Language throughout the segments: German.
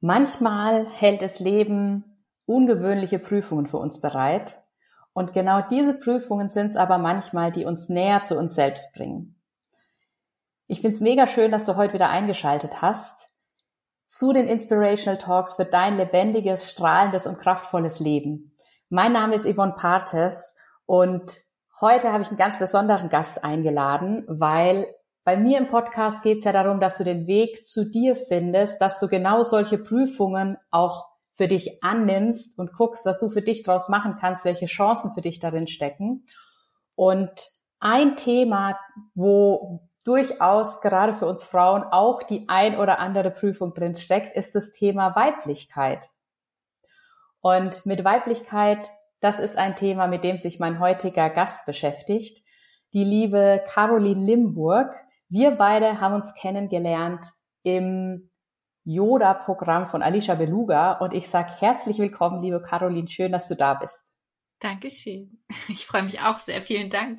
Manchmal hält das Leben ungewöhnliche Prüfungen für uns bereit. Und genau diese Prüfungen sind es aber manchmal, die uns näher zu uns selbst bringen. Ich finde es mega schön, dass du heute wieder eingeschaltet hast zu den Inspirational Talks für dein lebendiges, strahlendes und kraftvolles Leben. Mein Name ist Yvonne Partes und heute habe ich einen ganz besonderen Gast eingeladen, weil bei mir im Podcast geht es ja darum, dass du den Weg zu dir findest, dass du genau solche Prüfungen auch für dich annimmst und guckst, was du für dich draus machen kannst, welche Chancen für dich darin stecken. Und ein Thema, wo durchaus gerade für uns Frauen auch die ein oder andere Prüfung drin steckt, ist das Thema Weiblichkeit. Und mit Weiblichkeit, das ist ein Thema, mit dem sich mein heutiger Gast beschäftigt, die liebe Caroline Limburg. Wir beide haben uns kennengelernt im Yoda-Programm von Alicia Beluga und ich sage herzlich willkommen, liebe Caroline, schön, dass du da bist. Dankeschön. Ich freue mich auch sehr. Vielen Dank.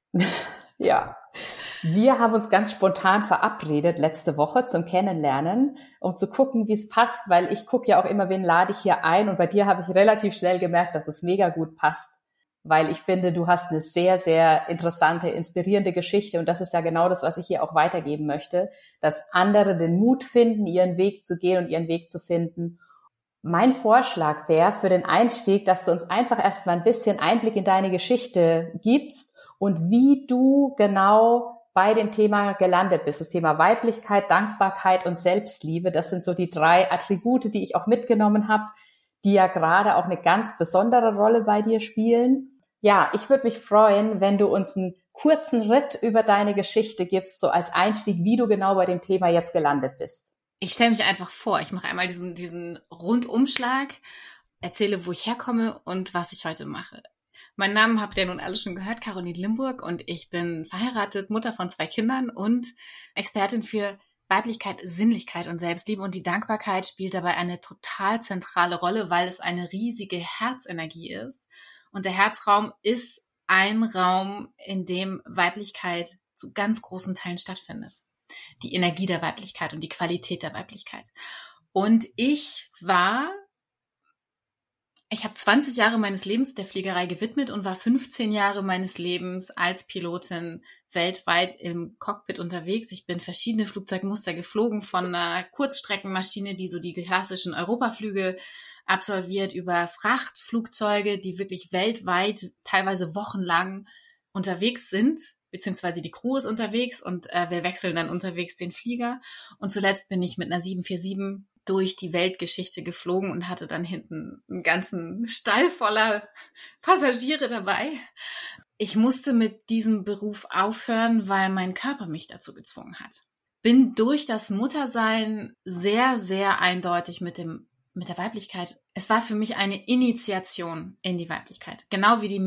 Ja, wir haben uns ganz spontan verabredet letzte Woche zum Kennenlernen, um zu gucken, wie es passt, weil ich gucke ja auch immer, wen lade ich hier ein und bei dir habe ich relativ schnell gemerkt, dass es mega gut passt, weil ich finde, du hast eine sehr, sehr interessante, inspirierende Geschichte und das ist ja genau das, was ich hier auch weitergeben möchte, dass andere den Mut finden, ihren Weg zu gehen und ihren Weg zu finden. Mein Vorschlag wäre für den Einstieg, dass du uns einfach erstmal ein bisschen Einblick in deine Geschichte gibst und wie du genau bei dem Thema gelandet bist. Das Thema Weiblichkeit, Dankbarkeit und Selbstliebe, das sind so die 3 Attribute, die ich auch mitgenommen habe, die ja gerade auch eine ganz besondere Rolle bei dir spielen. Ja, ich würde mich freuen, wenn du uns einen kurzen Ritt über deine Geschichte gibst, so als Einstieg, wie du genau bei dem Thema jetzt gelandet bist. Ich stelle mich einfach vor, ich mache einmal diesen Rundumschlag, erzähle, wo ich herkomme und was ich heute mache. Meinen Namen habt ihr nun alle schon gehört, Caroline Limburg, und ich bin verheiratet, Mutter von 2 Kindern und Expertin für Weiblichkeit, Sinnlichkeit und Selbstliebe. Und die Dankbarkeit spielt dabei eine total zentrale Rolle, weil es eine riesige Herzenergie ist. Und der Herzraum ist ein Raum, in dem Weiblichkeit zu ganz großen Teilen stattfindet. Die Energie der Weiblichkeit und die Qualität der Weiblichkeit. Und ich habe 20 Jahre meines Lebens der Fliegerei gewidmet und war 15 Jahre meines Lebens als Pilotin weltweit im Cockpit unterwegs. Ich bin verschiedene Flugzeugmuster geflogen, von einer Kurzstreckenmaschine, die so die klassischen Europaflüge absolviert, über Frachtflugzeuge, die wirklich weltweit teilweise wochenlang unterwegs sind, beziehungsweise die Crew ist unterwegs und wir wechseln dann unterwegs den Flieger. Und zuletzt bin ich mit einer 747 durch die Weltgeschichte geflogen und hatte dann hinten einen ganzen Stall voller Passagiere dabei. Ich musste mit diesem Beruf aufhören, weil mein Körper mich dazu gezwungen hat. Bin durch das Muttersein sehr, sehr eindeutig mit der Weiblichkeit. Es war für mich eine Initiation in die Weiblichkeit. Genau wie die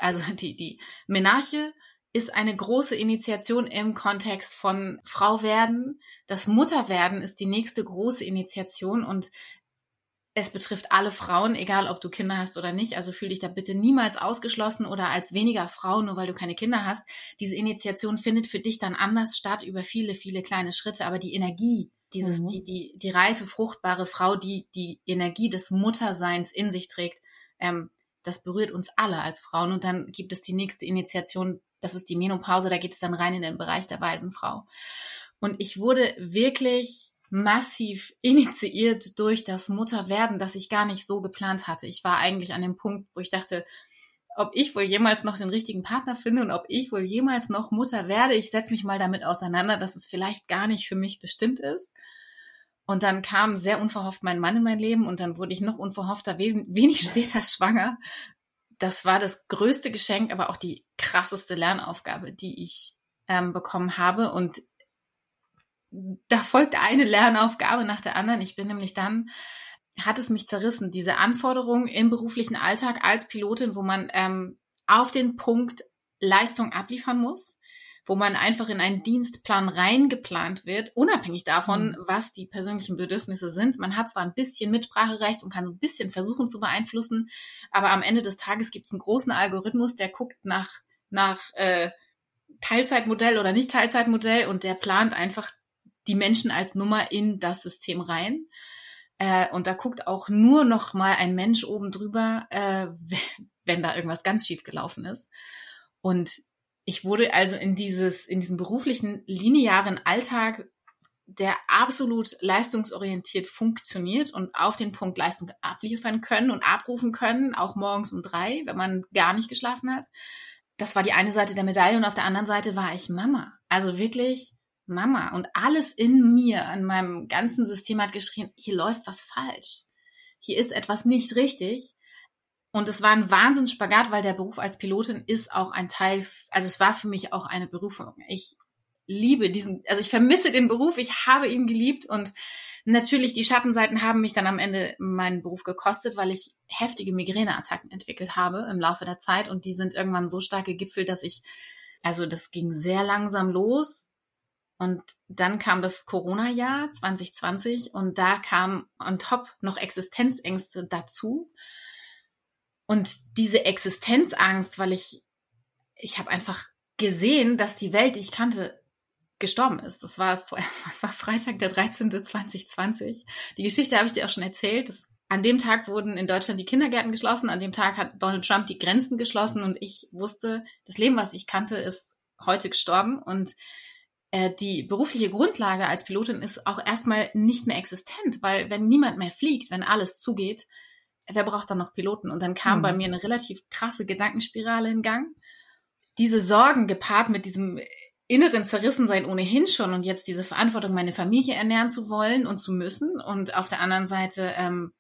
Menarche ist eine große Initiation im Kontext von Frau werden. Das Mutterwerden ist die nächste große Initiation und es betrifft alle Frauen, egal ob du Kinder hast oder nicht. Also fühl dich da bitte niemals ausgeschlossen oder als weniger Frau, nur weil du keine Kinder hast. Diese Initiation findet für dich dann anders statt über viele, viele kleine Schritte. Aber die Energie, die reife, fruchtbare Frau, die Energie des Mutterseins in sich trägt, das berührt uns alle als Frauen. Und dann gibt es die nächste Initiation, das ist die Menopause, da geht es dann rein in den Bereich der weisen Frau. Und ich wurde wirklich massiv initiiert durch das Mutterwerden, das ich gar nicht so geplant hatte. Ich war eigentlich an dem Punkt, wo ich dachte, ob ich wohl jemals noch den richtigen Partner finde und ob ich wohl jemals noch Mutter werde. Ich setze mich mal damit auseinander, dass es vielleicht gar nicht für mich bestimmt ist. Und dann kam sehr unverhofft mein Mann in mein Leben und dann wurde ich noch unverhoffter wenig später schwanger. Das war das größte Geschenk, aber auch die krasseste Lernaufgabe, die ich bekommen habe. Und da folgte eine Lernaufgabe nach der anderen. Ich bin nämlich dann, hat es mich zerrissen, diese Anforderungen im beruflichen Alltag als Pilotin, wo man auf den Punkt Leistung abliefern muss, wo man einfach in einen Dienstplan reingeplant wird, unabhängig davon, was die persönlichen Bedürfnisse sind. Man hat zwar ein bisschen Mitspracherecht und kann so ein bisschen versuchen zu beeinflussen, aber am Ende des Tages gibt es einen großen Algorithmus, der guckt nach Teilzeitmodell oder nicht Teilzeitmodell und der plant einfach die Menschen als Nummer in das System rein. Und da guckt auch nur noch mal ein Mensch oben drüber, wenn da irgendwas ganz schief gelaufen ist. Und ich wurde also in diesem beruflichen, linearen Alltag, der absolut leistungsorientiert funktioniert und auf den Punkt Leistung abliefern können und abrufen können, auch morgens um 3, wenn man gar nicht geschlafen hat. Das war die eine Seite der Medaille und auf der anderen Seite war ich Mama. Also wirklich Mama. Und alles in mir, in meinem ganzen System hat geschrien, hier läuft was falsch. Hier ist etwas nicht richtig. Und es war ein Wahnsinnsspagat, weil der Beruf als Pilotin ist auch ein Teil, also es war für mich auch eine Berufung. Ich liebe ich vermisse den Beruf, ich habe ihn geliebt und natürlich die Schattenseiten haben mich dann am Ende meinen Beruf gekostet, weil ich heftige Migräneattacken entwickelt habe im Laufe der Zeit und die sind irgendwann so stark gegipfelt, das ging sehr langsam los und dann kam das Corona-Jahr 2020 und da kam on top noch Existenzängste dazu. Und diese Existenzangst, weil ich habe einfach gesehen, dass die Welt, die ich kannte, gestorben ist. Das war Freitag, der 13.2020. Die Geschichte habe ich dir auch schon erzählt. An dem Tag wurden in Deutschland die Kindergärten geschlossen. An dem Tag hat Donald Trump die Grenzen geschlossen und ich wusste, das Leben, was ich kannte, ist heute gestorben. Und die berufliche Grundlage als Pilotin ist auch erstmal nicht mehr existent, weil wenn niemand mehr fliegt, wenn alles zugeht, wer braucht dann noch Piloten? Und dann kam bei mir eine relativ krasse Gedankenspirale in Gang. Diese Sorgen gepaart mit diesem inneren Zerrissensein ohnehin schon und jetzt diese Verantwortung, meine Familie ernähren zu wollen und zu müssen und auf der anderen Seite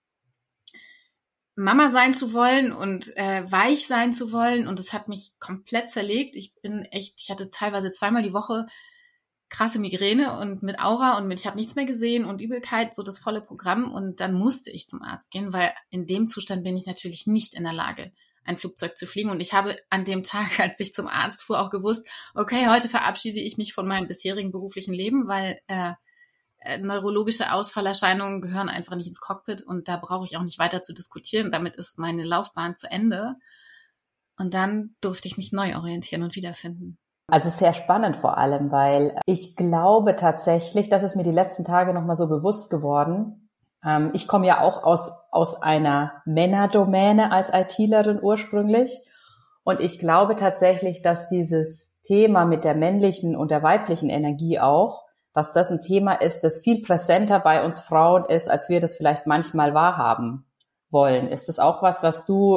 Mama sein zu wollen und weich sein zu wollen und das hat mich komplett zerlegt. Ich hatte teilweise 2-mal die Woche krasse Migräne und mit Aura und ich habe nichts mehr gesehen und Übelkeit, so das volle Programm und dann musste ich zum Arzt gehen, weil in dem Zustand bin ich natürlich nicht in der Lage, ein Flugzeug zu fliegen und ich habe an dem Tag, als ich zum Arzt fuhr, auch gewusst, okay, heute verabschiede ich mich von meinem bisherigen beruflichen Leben, weil neurologische Ausfallerscheinungen gehören einfach nicht ins Cockpit und da brauche ich auch nicht weiter zu diskutieren, damit ist meine Laufbahn zu Ende und dann durfte ich mich neu orientieren und wiederfinden. Also sehr spannend vor allem, weil ich glaube tatsächlich, das ist mir die letzten Tage nochmal so bewusst geworden. Ich komme ja auch aus einer Männerdomäne als ITlerin ursprünglich. Und ich glaube tatsächlich, dass dieses Thema mit der männlichen und der weiblichen Energie auch, dass das ein Thema ist, das viel präsenter bei uns Frauen ist, als wir das vielleicht manchmal wahrhaben wollen. Ist das auch was du,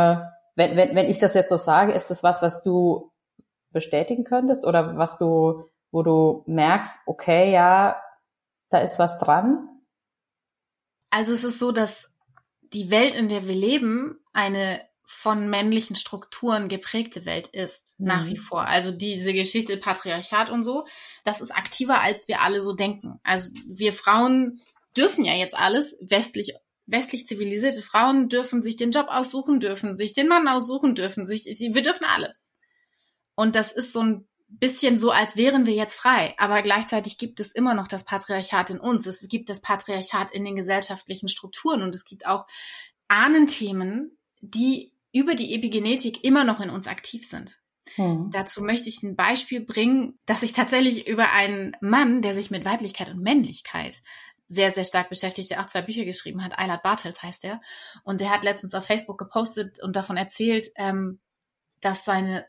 wenn ich das jetzt so sage, ist das was du bestätigen könntest oder wo du merkst, okay, ja, da ist was dran? Also es ist so, dass die Welt, in der wir leben, eine von männlichen Strukturen geprägte Welt ist, nach wie vor. Also diese Geschichte Patriarchat und so, das ist aktiver, als wir alle so denken. Also wir Frauen dürfen ja jetzt alles, westlich zivilisierte Frauen dürfen sich den Job aussuchen, dürfen sich den Mann aussuchen, wir dürfen alles. Und das ist so ein bisschen so, als wären wir jetzt frei. Aber gleichzeitig gibt es immer noch das Patriarchat in uns. Es gibt das Patriarchat in den gesellschaftlichen Strukturen. Und es gibt auch Ahnenthemen, die über die Epigenetik immer noch in uns aktiv sind. Dazu möchte ich ein Beispiel bringen, dass ich tatsächlich über einen Mann, der sich mit Weiblichkeit und Männlichkeit sehr, sehr stark beschäftigt, der auch 2 Bücher geschrieben hat, Eilert Bartels heißt er. Und der hat letztens auf Facebook gepostet und davon erzählt, dass seine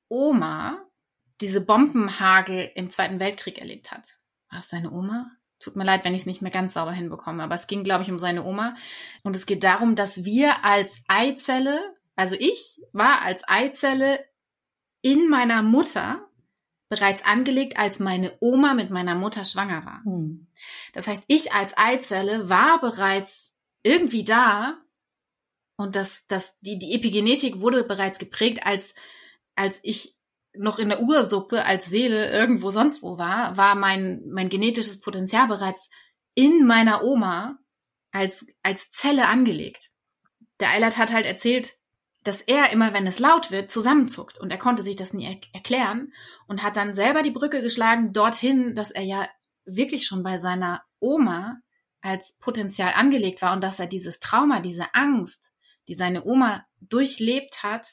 Oma diese Bombenhagel im Zweiten Weltkrieg erlebt hat. War es seine Oma? Tut mir leid, wenn ich es nicht mehr ganz sauber hinbekomme, aber es ging, glaube ich, um seine Oma. Und es geht darum, dass wir als Eizelle, also ich war als Eizelle in meiner Mutter bereits angelegt, als meine Oma mit meiner Mutter schwanger war. Das heißt, ich als Eizelle war bereits irgendwie da und die Epigenetik wurde bereits geprägt, als ich noch in der Ursuppe als Seele irgendwo sonst wo war mein genetisches Potenzial bereits in meiner Oma als Zelle angelegt. Der Eilert hat halt erzählt, dass er immer, wenn es laut wird, zusammenzuckt und er konnte sich das nie erklären und hat dann selber die Brücke geschlagen dorthin, dass er ja wirklich schon bei seiner Oma als Potenzial angelegt war und dass er dieses Trauma, diese Angst, die seine Oma durchlebt hat,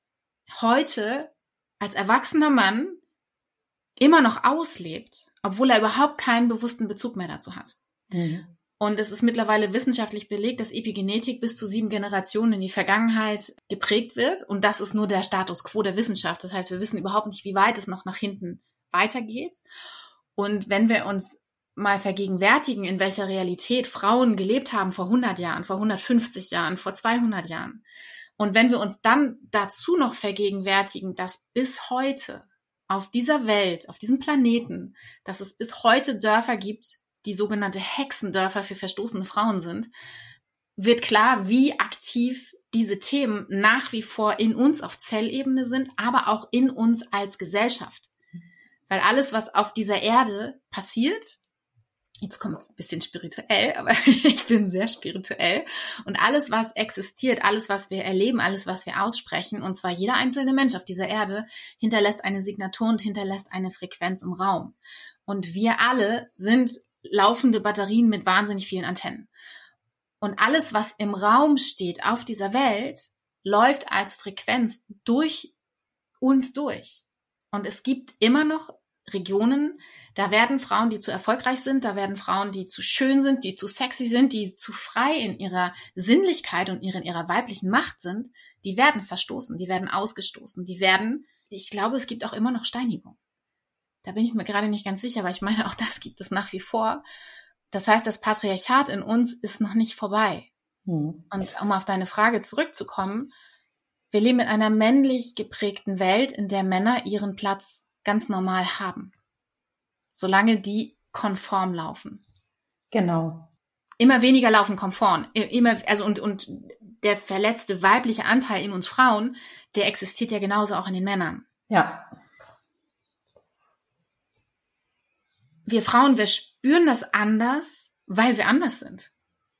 heute als erwachsener Mann immer noch auslebt, obwohl er überhaupt keinen bewussten Bezug mehr dazu hat. Und es ist mittlerweile wissenschaftlich belegt, dass Epigenetik bis zu 7 Generationen in die Vergangenheit geprägt wird. Und das ist nur der Status quo der Wissenschaft. Das heißt, wir wissen überhaupt nicht, wie weit es noch nach hinten weitergeht. Und wenn wir uns mal vergegenwärtigen, in welcher Realität Frauen gelebt haben vor 100 Jahren, vor 150 Jahren, vor 200 Jahren. Und wenn wir uns dann dazu noch vergegenwärtigen, dass bis heute auf dieser Welt, auf diesem Planeten, dass es bis heute Dörfer gibt, die sogenannte Hexendörfer für verstoßene Frauen sind, wird klar, wie aktiv diese Themen nach wie vor in uns auf Zellebene sind, aber auch in uns als Gesellschaft. Weil alles, was auf dieser Erde passiert, jetzt kommt es ein bisschen spirituell, aber ich bin sehr spirituell, und alles, was existiert, alles, was wir erleben, alles, was wir aussprechen, und zwar jeder einzelne Mensch auf dieser Erde, hinterlässt eine Signatur und hinterlässt eine Frequenz im Raum. Und wir alle sind laufende Batterien mit wahnsinnig vielen Antennen. Und alles, was im Raum steht auf dieser Welt, läuft als Frequenz durch uns durch. Und es gibt immer noch Regionen, da werden Frauen, die zu erfolgreich sind, da werden Frauen, die zu schön sind, die zu sexy sind, die zu frei in ihrer Sinnlichkeit und in ihrer weiblichen Macht sind, die werden verstoßen, die werden ausgestoßen, ich glaube, es gibt auch immer noch Steinigung. Da bin ich mir gerade nicht ganz sicher, aber ich meine, auch das gibt es nach wie vor. Das heißt, das Patriarchat in uns ist noch nicht vorbei. Und um auf deine Frage zurückzukommen, wir leben in einer männlich geprägten Welt, in der Männer ihren Platz ganz normal haben. Solange die konform laufen. Genau. Immer weniger laufen konform. Und der verletzte weibliche Anteil in uns Frauen, der existiert ja genauso auch in den Männern. Ja. Wir Frauen, wir spüren das anders, weil wir anders sind.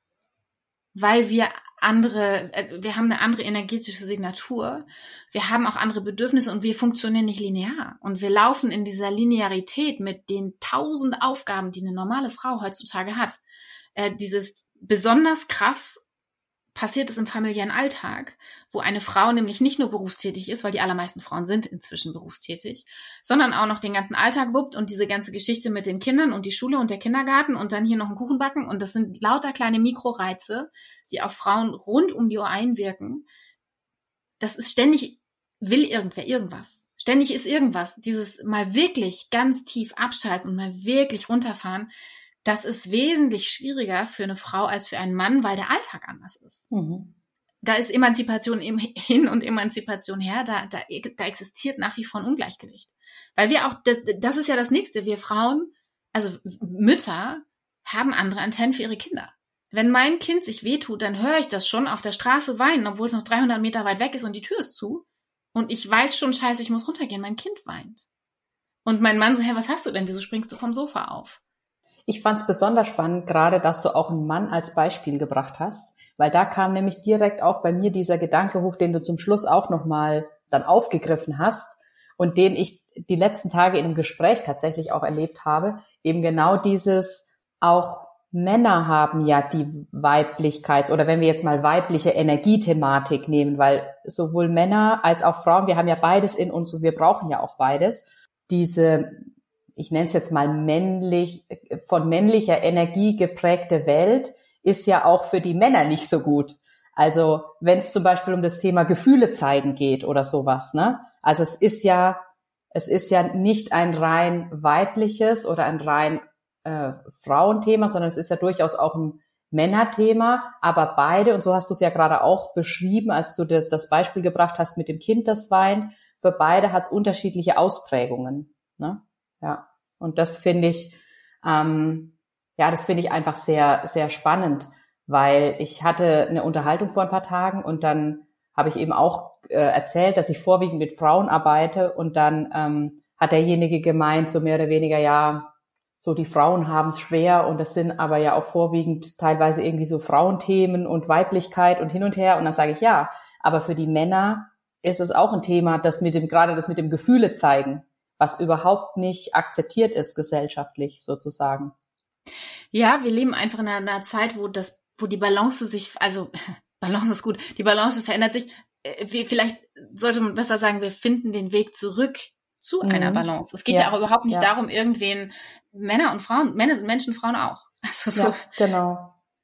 Weil wir haben eine andere energetische Signatur, wir haben auch andere Bedürfnisse und wir funktionieren nicht linear. Und wir laufen in dieser Linearität mit den 1000 Aufgaben, die eine normale Frau heutzutage hat. Dieses besonders krass passiert es im familiären Alltag, wo eine Frau nämlich nicht nur berufstätig ist, weil die allermeisten Frauen sind inzwischen berufstätig, sondern auch noch den ganzen Alltag wuppt und diese ganze Geschichte mit den Kindern und die Schule und der Kindergarten und dann hier noch einen Kuchen backen. Und das sind lauter kleine Mikroreize, die auf Frauen rund um die Uhr einwirken. Das ist ständig, will irgendwer irgendwas. Ständig ist irgendwas. Dieses mal wirklich ganz tief abschalten und mal wirklich runterfahren, das ist wesentlich schwieriger für eine Frau als für einen Mann, weil der Alltag anders ist. Da ist Emanzipation hin und Emanzipation her, da existiert nach wie vor ein Ungleichgewicht. Weil wir auch, das ist ja das Nächste, wir Frauen, also Mütter, haben andere Antennen für ihre Kinder. Wenn mein Kind sich wehtut, dann höre ich das schon auf der Straße weinen, obwohl es noch 300 Meter weit weg ist und die Tür ist zu. Und ich weiß schon, scheiße, ich muss runtergehen, mein Kind weint. Und mein Mann so, was hast du denn, wieso springst du vom Sofa auf? Ich fand es besonders spannend, gerade, dass du auch einen Mann als Beispiel gebracht hast, weil da kam nämlich direkt auch bei mir dieser Gedanke hoch, den du zum Schluss auch nochmal dann aufgegriffen hast und den ich die letzten Tage in einem Gespräch tatsächlich auch erlebt habe. Eben genau dieses, auch Männer haben ja die Weiblichkeit, oder wenn wir jetzt mal weibliche Energiethematik nehmen, weil sowohl Männer als auch Frauen, wir haben ja beides in uns und wir brauchen ja auch beides, diese, ich nenne es jetzt mal von männlicher Energie geprägte Welt ist ja auch für die Männer nicht so gut. Also wenn es zum Beispiel um das Thema Gefühle zeigen geht oder sowas, ne? Also es ist ja nicht ein rein weibliches oder ein rein Frauenthema, sondern es ist ja durchaus auch ein Männerthema, aber beide, und so hast du es ja gerade auch beschrieben, als du das Beispiel gebracht hast mit dem Kind, das weint, für beide hat es unterschiedliche Ausprägungen, ne? Ja, und das finde ich, das finde ich einfach sehr, sehr spannend, weil ich hatte eine Unterhaltung vor ein paar Tagen und dann habe ich eben auch erzählt, dass ich vorwiegend mit Frauen arbeite und dann hat derjenige gemeint, so mehr oder weniger, ja, so die Frauen haben es schwer und das sind aber ja auch vorwiegend teilweise irgendwie so Frauenthemen und Weiblichkeit und hin und her und dann sage ich, ja, aber für die Männer ist es auch ein Thema, das mit dem Gefühle zeigen, was überhaupt nicht akzeptiert ist gesellschaftlich sozusagen. Ja, wir leben einfach in einer Zeit, wo die Balance Balance ist gut, die Balance verändert sich. Vielleicht sollte man besser sagen, wir finden den Weg zurück zu einer Balance. Es geht ja auch überhaupt nicht darum, irgendwen, Männer sind Menschen, Frauen auch. Also so. Ja, genau.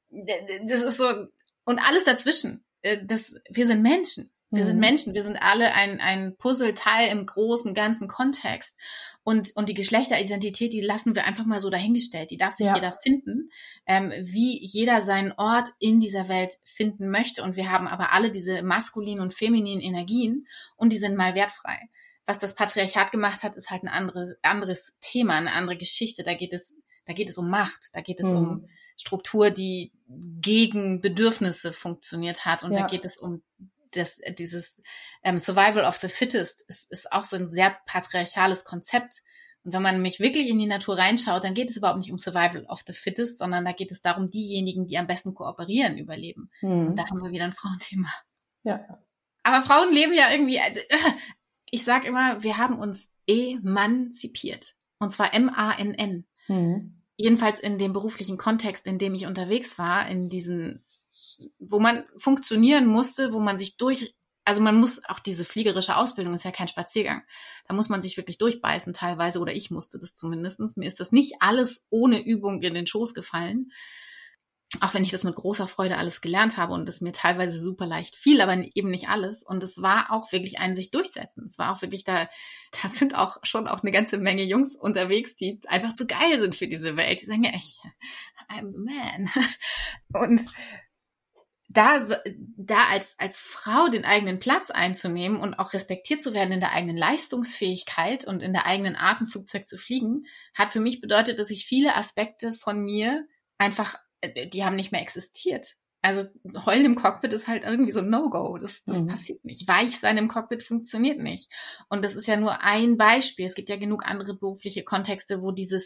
das ist so, und alles dazwischen. Wir sind Menschen. Wir sind Menschen, wir sind alle ein Puzzleteil im großen, ganzen Kontext. Und die Geschlechteridentität, die lassen wir einfach mal so dahingestellt. Die darf sich jeder finden, wie jeder seinen Ort in dieser Welt finden möchte. Und wir haben aber alle diese maskulinen und femininen Energien und die sind mal wertfrei. Was das Patriarchat gemacht hat, ist halt ein anderes Thema, eine andere Geschichte. Da geht es um Macht, da geht es um Struktur, die gegen Bedürfnisse funktioniert hat. Und da geht es um dieses Survival of the Fittest ist auch so ein sehr patriarchales Konzept. Und wenn man nämlich wirklich in die Natur reinschaut, dann geht es überhaupt nicht um Survival of the Fittest, sondern da geht es darum, diejenigen, die am besten kooperieren, überleben. Und da haben wir wieder ein Frauenthema. Ja. Aber Frauen leben ja irgendwie, ich sage immer, wir haben uns emanzipiert. Und zwar M-A-N-N. Jedenfalls in dem beruflichen Kontext, in dem ich unterwegs war, in diesen, wo man funktionieren musste, wo man sich also man muss auch diese fliegerische Ausbildung, ist ja kein Spaziergang. Da muss man sich wirklich durchbeißen teilweise, oder ich musste das zumindest. Mir ist das nicht alles ohne Übung in den Schoß gefallen. Auch wenn ich das mit großer Freude alles gelernt habe und es mir teilweise super leicht fiel, aber eben nicht alles. Und es war auch wirklich ein sich durchsetzen. Es war auch wirklich da sind auch schon auch eine ganze Menge Jungs unterwegs, die einfach zu geil sind für diese Welt. Die sagen ja, I'm the man. Und da als Frau den eigenen Platz einzunehmen und auch respektiert zu werden in der eigenen Leistungsfähigkeit und in der eigenen Art, ein Flugzeug zu fliegen, hat für mich bedeutet, dass ich viele Aspekte von mir einfach, die haben nicht mehr existiert. Also Heulen im Cockpit ist halt irgendwie so ein No-Go. Das passiert nicht. Weich sein im Cockpit funktioniert nicht. Und das ist ja nur ein Beispiel. Es gibt ja genug andere berufliche Kontexte, wo dieser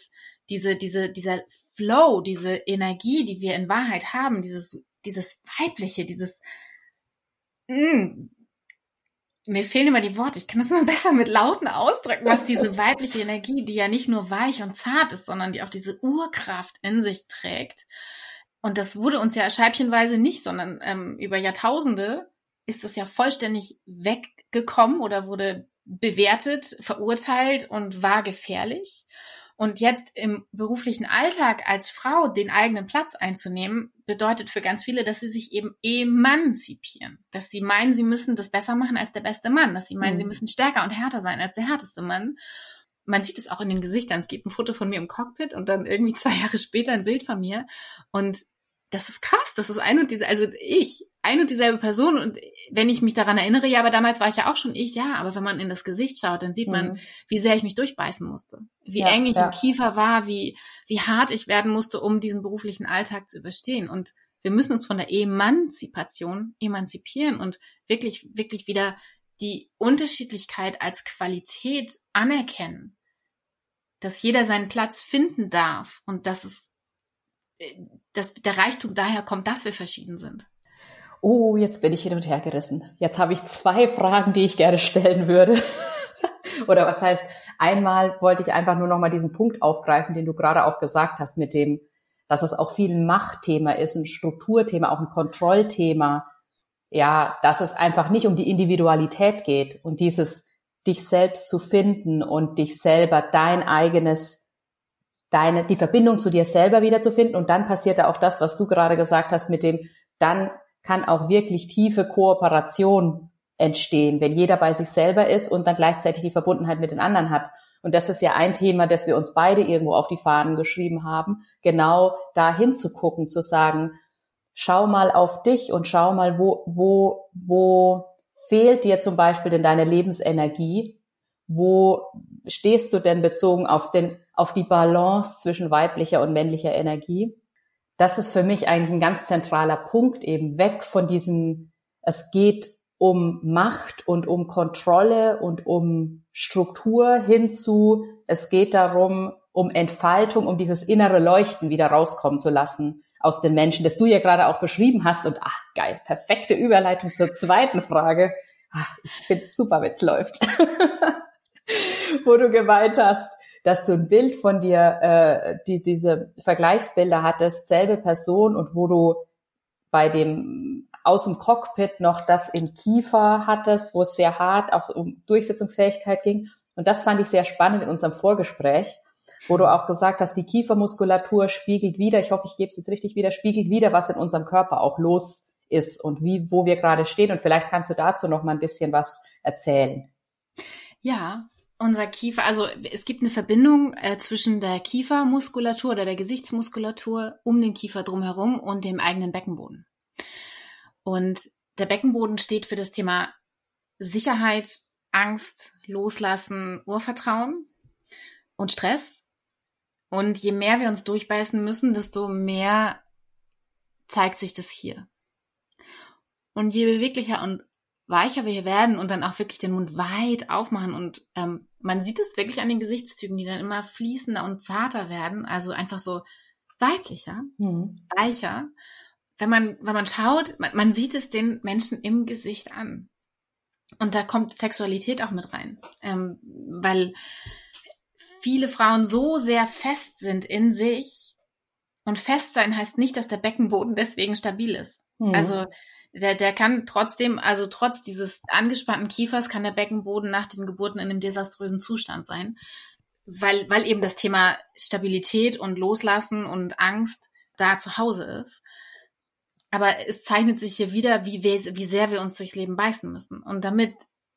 Flow, diese Energie, die wir in Wahrheit haben, dieses Weibliche, mir fehlen immer die Worte, ich kann das immer besser mit Lauten ausdrücken, was diese weibliche Energie, die ja nicht nur weich und zart ist, sondern die auch diese Urkraft in sich trägt. Und das wurde uns ja scheibchenweise nicht, sondern über Jahrtausende ist das ja vollständig weggekommen oder wurde bewertet, verurteilt und war gefährlich. Und jetzt im beruflichen Alltag als Frau den eigenen Platz einzunehmen, bedeutet für ganz viele, dass sie sich eben emanzipieren. Dass sie meinen, sie müssen das besser machen als der beste Mann. Dass sie meinen, sie müssen stärker und härter sein als der härteste Mann. Man sieht es auch in den Gesichtern. Es gibt ein Foto von mir im Cockpit und dann irgendwie 2 Jahre später ein Bild von mir. Und das ist krass. Das ist ein und dieselbe Person. Und wenn ich mich daran erinnere, ja, aber damals war ich ja auch schon ich, ja, aber wenn man in das Gesicht schaut, dann sieht man, wie sehr ich mich durchbeißen musste. Wie eng ich im Kiefer war, wie hart ich werden musste, um diesen beruflichen Alltag zu überstehen. Und wir müssen uns von der Emanzipation emanzipieren und wirklich, wirklich wieder die Unterschiedlichkeit als Qualität anerkennen. Dass jeder seinen Platz finden darf und dass der Reichtum daher kommt, dass wir verschieden sind. Oh, jetzt bin ich hin und her gerissen. Jetzt habe ich 2 Fragen, die ich gerne stellen würde. Oder was heißt, einmal wollte ich einfach nur noch mal diesen Punkt aufgreifen, den du gerade auch gesagt hast, mit dem, dass es auch viel ein Machtthema ist, ein Strukturthema, auch ein Kontrollthema. Ja, dass es einfach nicht um die Individualität geht und dieses dich selbst zu finden und dich selber die Verbindung zu dir selber wiederzufinden. Und dann passiert da auch das, was du gerade gesagt hast, mit dem, dann kann auch wirklich tiefe Kooperation entstehen, wenn jeder bei sich selber ist und dann gleichzeitig die Verbundenheit mit den anderen hat. Und das ist ja ein Thema, das wir uns beide irgendwo auf die Fahnen geschrieben haben, genau da hinzugucken, zu sagen, schau mal auf dich und schau mal, wo fehlt dir zum Beispiel denn deine Lebensenergie? Wo stehst du denn bezogen auf die Balance zwischen weiblicher und männlicher Energie? Das ist für mich eigentlich ein ganz zentraler Punkt, eben weg von diesem, es geht um Macht und um Kontrolle und um Struktur hinzu, es geht darum, um Entfaltung, um dieses innere Leuchten wieder rauskommen zu lassen aus den Menschen, das du ja gerade auch beschrieben hast. Und geil, perfekte Überleitung zur zweiten Frage. Ich find's super, wenn's läuft. Wo du gemeint hast, dass du ein Bild von dir, diese Vergleichsbilder hattest, selbe Person, und wo du bei dem aus dem Cockpit noch das im Kiefer hattest, wo es sehr hart auch um Durchsetzungsfähigkeit ging. Und das fand ich sehr spannend in unserem Vorgespräch, wo du auch gesagt hast, die Kiefermuskulatur spiegelt wieder, ich hoffe, ich gebe es jetzt richtig wieder, spiegelt wieder, was in unserem Körper auch los ist und wo wir gerade stehen. Und vielleicht kannst du dazu noch mal ein bisschen was erzählen. Ja, unser Kiefer, also es gibt eine Verbindung zwischen der Kiefermuskulatur oder der Gesichtsmuskulatur um den Kiefer drumherum und dem eigenen Beckenboden. Und der Beckenboden steht für das Thema Sicherheit, Angst, Loslassen, Urvertrauen und Stress. Und je mehr wir uns durchbeißen müssen, desto mehr zeigt sich das hier. Und je beweglicher und weicher wir hier werden und dann auch wirklich den Mund weit aufmachen und man sieht es wirklich an den Gesichtszügen, die dann immer fließender und zarter werden, also einfach so weiblicher, weicher. Wenn man schaut, man sieht es den Menschen im Gesicht an. Und da kommt Sexualität auch mit rein, weil viele Frauen so sehr fest sind in sich und fest sein heißt nicht, dass der Beckenboden deswegen stabil ist. Also der kann trotzdem, also trotz dieses angespannten Kiefers kann der Beckenboden nach den Geburten in einem desaströsen Zustand sein, weil eben das Thema Stabilität und Loslassen und Angst da zu Hause ist. Aber es zeichnet sich hier wieder, wie sehr wir uns durchs Leben beißen müssen. Und damit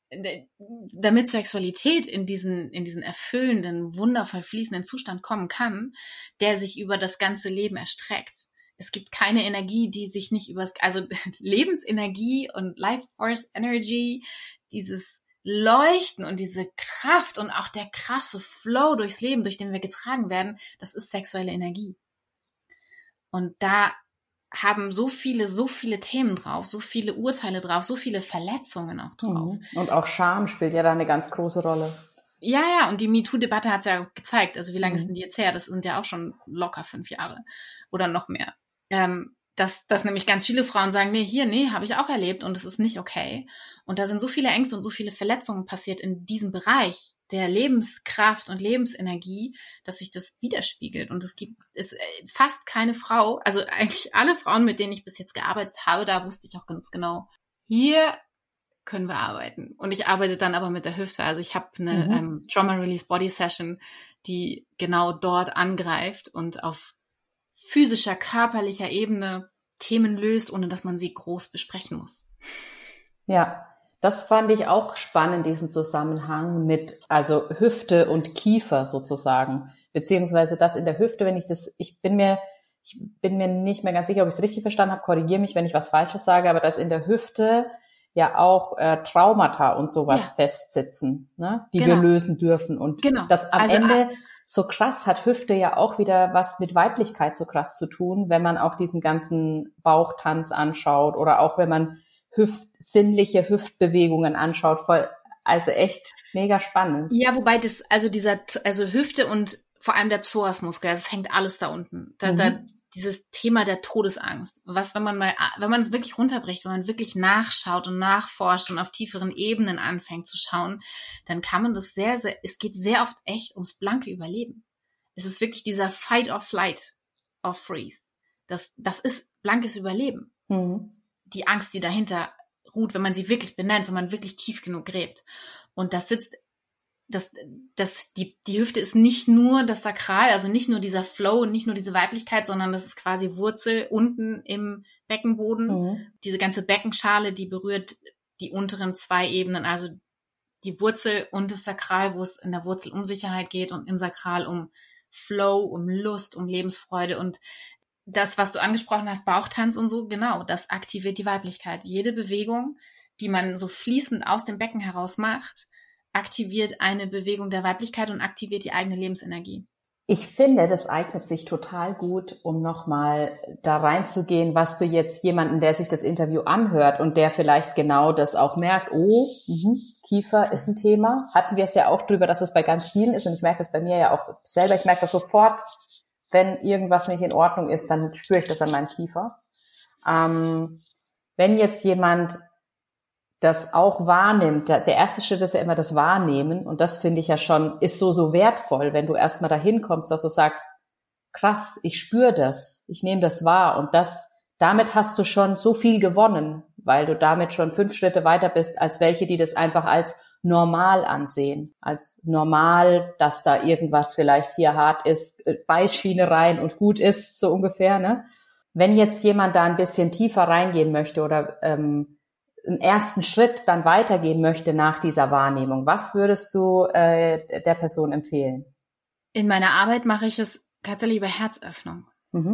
Sexualität in diesen erfüllenden, wundervoll fließenden Zustand kommen kann, der sich über das ganze Leben erstreckt. Es gibt keine Energie, die sich nicht also Lebensenergie und Life Force Energy, dieses Leuchten und diese Kraft und auch der krasse Flow durchs Leben, durch den wir getragen werden, das ist sexuelle Energie. Und da haben so viele Themen drauf, so viele Urteile drauf, so viele Verletzungen auch drauf. Und auch Scham spielt ja da eine ganz große Rolle. Ja, und die MeToo-Debatte hat es ja gezeigt. Also wie lange ist denn die jetzt her? Das sind ja auch schon locker 5 Jahre oder noch mehr. Dass nämlich ganz viele Frauen sagen, nee, habe ich auch erlebt und es ist nicht okay. Und da sind so viele Ängste und so viele Verletzungen passiert in diesem Bereich der Lebenskraft und Lebensenergie, dass sich das widerspiegelt. Und es gibt fast keine Frau, also eigentlich alle Frauen, mit denen ich bis jetzt gearbeitet habe, da wusste ich auch ganz genau, hier können wir arbeiten. Und ich arbeite dann aber mit der Hüfte. Also ich habe eine Trauma Release Body Session, die genau dort angreift und auf physischer, körperlicher Ebene Themen löst, ohne dass man sie groß besprechen muss. Ja, das fand ich auch spannend, diesen Zusammenhang mit, also Hüfte und Kiefer sozusagen, beziehungsweise das in der Hüfte, ich bin mir nicht mehr ganz sicher, ob ich es richtig verstanden habe, korrigiere mich, wenn ich was Falsches sage, aber dass in der Hüfte ja auch Traumata und sowas festsitzen, ne, die wir lösen dürfen und das am Ende so krass hat Hüfte ja auch wieder was mit Weiblichkeit so krass zu tun, wenn man auch diesen ganzen Bauchtanz anschaut oder auch wenn man sinnliche Hüftbewegungen anschaut, also echt mega spannend. Ja, wobei also Hüfte und vor allem der Psoasmuskel, also es hängt alles da unten. Dieses Thema der Todesangst, wenn man es wirklich runterbricht, wenn man wirklich nachschaut und nachforscht und auf tieferen Ebenen anfängt zu schauen, dann kann man das es geht sehr oft echt ums blanke Überleben. Es ist wirklich dieser Fight or Flight or Freeze. Das ist blankes Überleben. Die Angst, die dahinter ruht, wenn man sie wirklich benennt, wenn man wirklich tief genug gräbt. Und die Hüfte ist nicht nur das Sakral, also nicht nur dieser Flow und nicht nur diese Weiblichkeit, sondern das ist quasi Wurzel unten im Beckenboden. Diese ganze Beckenschale, die berührt die unteren 2 Ebenen, also die Wurzel und das Sakral, wo es in der Wurzel um Sicherheit geht und im Sakral um Flow, um Lust, um Lebensfreude. Und das, was du angesprochen hast, Bauchtanz und so, genau, das aktiviert die Weiblichkeit. Jede Bewegung, die man so fließend aus dem Becken heraus macht, aktiviert eine Bewegung der Weiblichkeit und aktiviert die eigene Lebensenergie. Ich finde, das eignet sich total gut, um nochmal da reinzugehen, was du jetzt jemanden, der sich das Interview anhört und der vielleicht genau das auch merkt, Kiefer ist ein Thema. Hatten wir es ja auch drüber, dass es bei ganz vielen ist und ich merke das bei mir ja auch selber. Ich merke das sofort, wenn irgendwas nicht in Ordnung ist, dann spüre ich das an meinem Kiefer. Wenn jetzt jemand das auch wahrnimmt, der erste Schritt ist ja immer das Wahrnehmen und das finde ich ja schon, ist so wertvoll, wenn du erstmal dahin kommst, dass du sagst, krass, ich spüre das, ich nehme das wahr und damit hast du schon so viel gewonnen, weil du damit schon 5 Schritte weiter bist, als welche, die das einfach als normal ansehen. Als normal, dass da irgendwas vielleicht hier hart ist, Beißschiene rein und gut ist, so ungefähr, ne? Wenn jetzt jemand da ein bisschen tiefer reingehen möchte oder einen ersten Schritt dann weitergehen möchte nach dieser Wahrnehmung, was würdest du der Person empfehlen? In meiner Arbeit mache ich es tatsächlich über Herzöffnung.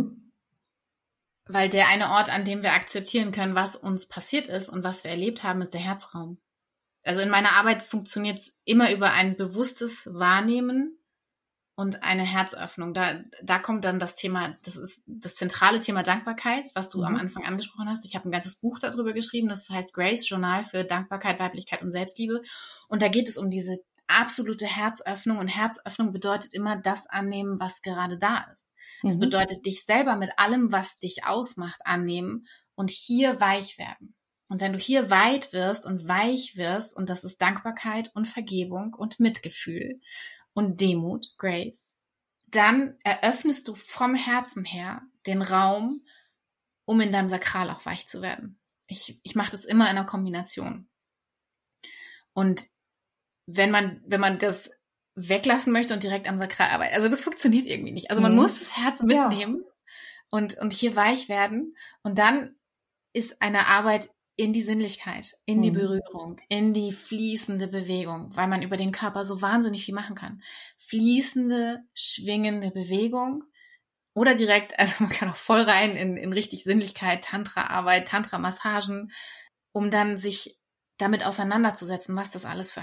Weil der eine Ort, an dem wir akzeptieren können, was uns passiert ist und was wir erlebt haben, ist der Herzraum. Also in meiner Arbeit funktioniert es immer über ein bewusstes Wahrnehmen und eine Herzöffnung. Da kommt dann das Thema, das ist das zentrale Thema Dankbarkeit, was du am Anfang angesprochen hast. Ich habe ein ganzes Buch darüber geschrieben, das heißt Grace, Journal für Dankbarkeit, Weiblichkeit und Selbstliebe. Und da geht es um diese absolute Herzöffnung. Und Herzöffnung bedeutet immer das annehmen, was gerade da ist. Es bedeutet, dich selber mit allem, was dich ausmacht, annehmen und hier weich werden. Und wenn du hier weit wirst und weich wirst, und das ist Dankbarkeit und Vergebung und Mitgefühl und Demut, Grace, dann eröffnest du vom Herzen her den Raum, um in deinem Sakral auch weich zu werden. Ich mache das immer in einer Kombination. Und wenn man das weglassen möchte und direkt am Sakral arbeiten. Also das funktioniert irgendwie nicht. Also man muss das Herz mitnehmen und hier weich werden. Und dann ist eine Arbeit in die Sinnlichkeit, in die Berührung, in die fließende Bewegung, weil man über den Körper so wahnsinnig viel machen kann. Fließende, schwingende Bewegung oder direkt, also man kann auch voll rein in richtig Sinnlichkeit, Tantra-Arbeit, Tantra-Massagen, um dann sich damit auseinanderzusetzen, was das alles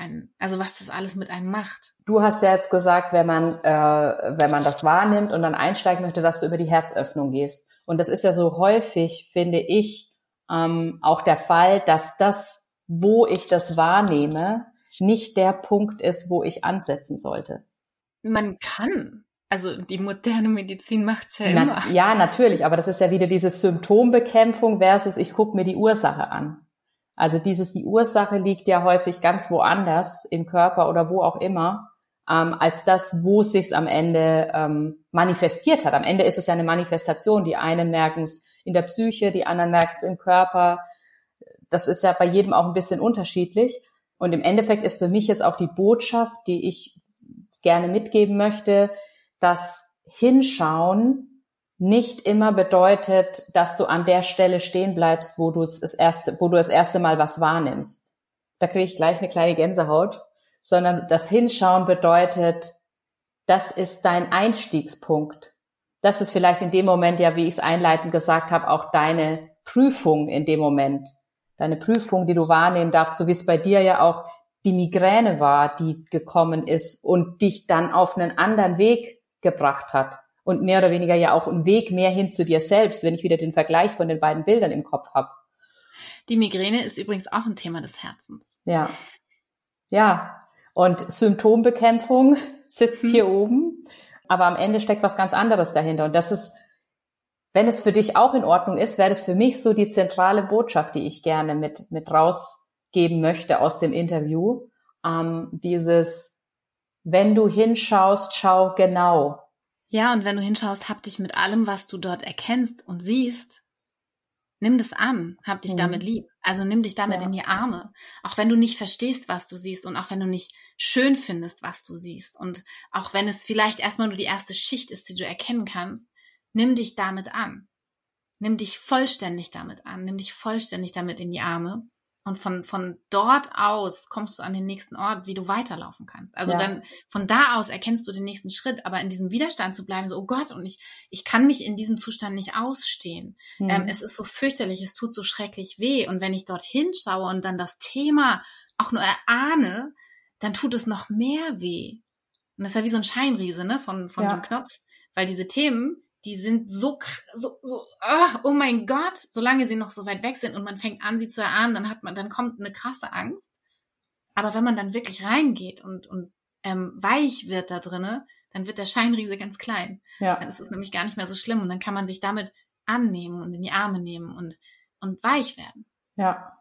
mit einem macht. Du hast ja jetzt gesagt, wenn man das wahrnimmt und dann einsteigen möchte, dass du über die Herzöffnung gehst. Und das ist ja so häufig, finde ich, auch der Fall, dass das, wo ich das wahrnehme, nicht der Punkt ist, wo ich ansetzen sollte. Man kann. Also die moderne Medizin macht's ja immer. Ja, natürlich, aber das ist ja wieder diese Symptombekämpfung versus ich gucke mir die Ursache an. Also die Ursache liegt ja häufig ganz woanders im Körper oder wo auch immer, als das, wo es sich am Ende manifestiert hat. Am Ende ist es ja eine Manifestation. Die einen merken es in der Psyche, die anderen merken es im Körper. Das ist ja bei jedem auch ein bisschen unterschiedlich. Und im Endeffekt ist für mich jetzt auch die Botschaft, die ich gerne mitgeben möchte, dass Hinschauen nicht immer bedeutet, dass du an der Stelle stehen bleibst, wo du das erste Mal was wahrnimmst. Da kriege ich gleich eine kleine Gänsehaut, sondern das Hinschauen bedeutet, das ist dein Einstiegspunkt. Das ist vielleicht in dem Moment, ja, wie ich es einleitend gesagt habe, auch deine Prüfung in dem Moment. Deine Prüfung, die du wahrnehmen darfst, so wie es bei dir ja auch die Migräne war, die gekommen ist und dich dann auf einen anderen Weg gebracht hat. Und mehr oder weniger ja auch ein Weg mehr hin zu dir selbst, wenn ich wieder den Vergleich von den beiden Bildern im Kopf habe. Die Migräne ist übrigens auch ein Thema des Herzens. Ja. Ja. Und Symptombekämpfung sitzt hier oben, aber am Ende steckt was ganz anderes dahinter. Und das ist, wenn es für dich auch in Ordnung ist, wäre das für mich so die zentrale Botschaft, die ich gerne mit rausgeben möchte aus dem Interview. Dieses, wenn du hinschaust, schau genau. Ja, und wenn du hinschaust, hab dich mit allem, was du dort erkennst und siehst, nimm das an, hab dich damit lieb. Also nimm dich damit in die Arme. Auch wenn du nicht verstehst, was du siehst und auch wenn du nicht schön findest, was du siehst und auch wenn es vielleicht erstmal nur die erste Schicht ist, die du erkennen kannst, nimm dich damit an. Nimm dich vollständig damit an. Nimm dich vollständig damit in die Arme. Und von dort aus kommst du an den nächsten Ort, wie du weiterlaufen kannst. Also dann von da aus erkennst du den nächsten Schritt, aber in diesem Widerstand zu bleiben, so, oh Gott, und ich kann mich in diesem Zustand nicht ausstehen. Es ist so fürchterlich, es tut so schrecklich weh. Und wenn ich dort hinschaue und dann das Thema auch nur erahne, dann tut es noch mehr weh. Und das ist ja wie so ein Scheinriese, ne, von dem Knopf. Weil diese Themen, die sind so, oh mein Gott, solange sie noch so weit weg sind und man fängt an, sie zu erahnen, dann kommt eine krasse Angst. Aber wenn man dann wirklich reingeht und weich wird da drinne, dann wird der Scheinriese ganz klein. Ja. Dann ist es nämlich gar nicht mehr so schlimm und dann kann man sich damit annehmen und in die Arme nehmen und weich werden. Ja.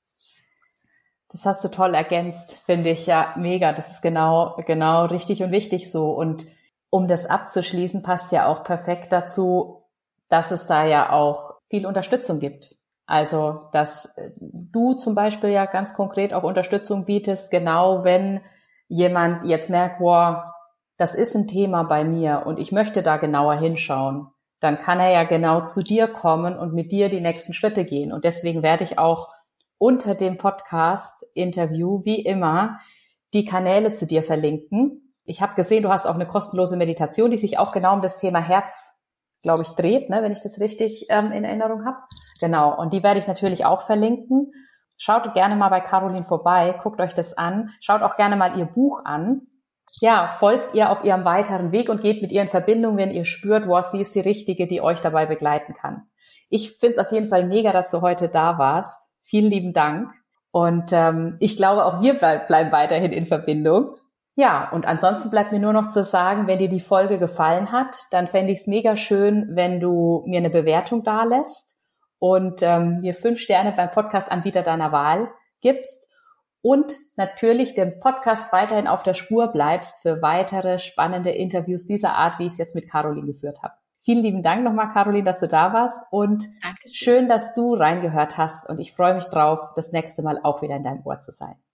Das hast du toll ergänzt, finde ich, ja, mega. Das ist genau richtig und wichtig so. Und um das abzuschließen, passt ja auch perfekt dazu, dass es da ja auch viel Unterstützung gibt. Also, dass du zum Beispiel ja ganz konkret auch Unterstützung bietest, genau wenn jemand jetzt merkt, boah, das ist ein Thema bei mir und ich möchte da genauer hinschauen, dann kann er ja genau zu dir kommen und mit dir die nächsten Schritte gehen. Und deswegen werde ich auch unter dem Podcast-Interview, wie immer, die Kanäle zu dir verlinken. Ich habe gesehen, du hast auch eine kostenlose Meditation, die sich auch genau um das Thema Herz, glaube ich, dreht, ne, wenn ich das richtig in Erinnerung habe. Genau, und die werde ich natürlich auch verlinken. Schaut gerne mal bei Caroline vorbei, guckt euch das an. Schaut auch gerne mal ihr Buch an. Ja, folgt ihr auf ihrem weiteren Weg und geht mit ihr in Verbindung, wenn ihr spürt, wow, sie ist die Richtige, die euch dabei begleiten kann. Ich finde es auf jeden Fall mega, dass du heute da warst. Vielen lieben Dank. Und ich glaube, auch wir bleiben weiterhin in Verbindung. Ja, und ansonsten bleibt mir nur noch zu sagen, wenn dir die Folge gefallen hat, dann fände ich es mega schön, wenn du mir eine Bewertung dalässt und mir 5 Sterne beim Podcast-Anbieter deiner Wahl gibst und natürlich dem Podcast weiterhin auf der Spur bleibst für weitere spannende Interviews dieser Art, wie ich es jetzt mit Caroline geführt habe. Vielen lieben Dank nochmal, Caroline, dass du da warst und Dankeschön. Schön, dass du reingehört hast und ich freue mich drauf, das nächste Mal auch wieder in deinem Ohr zu sein.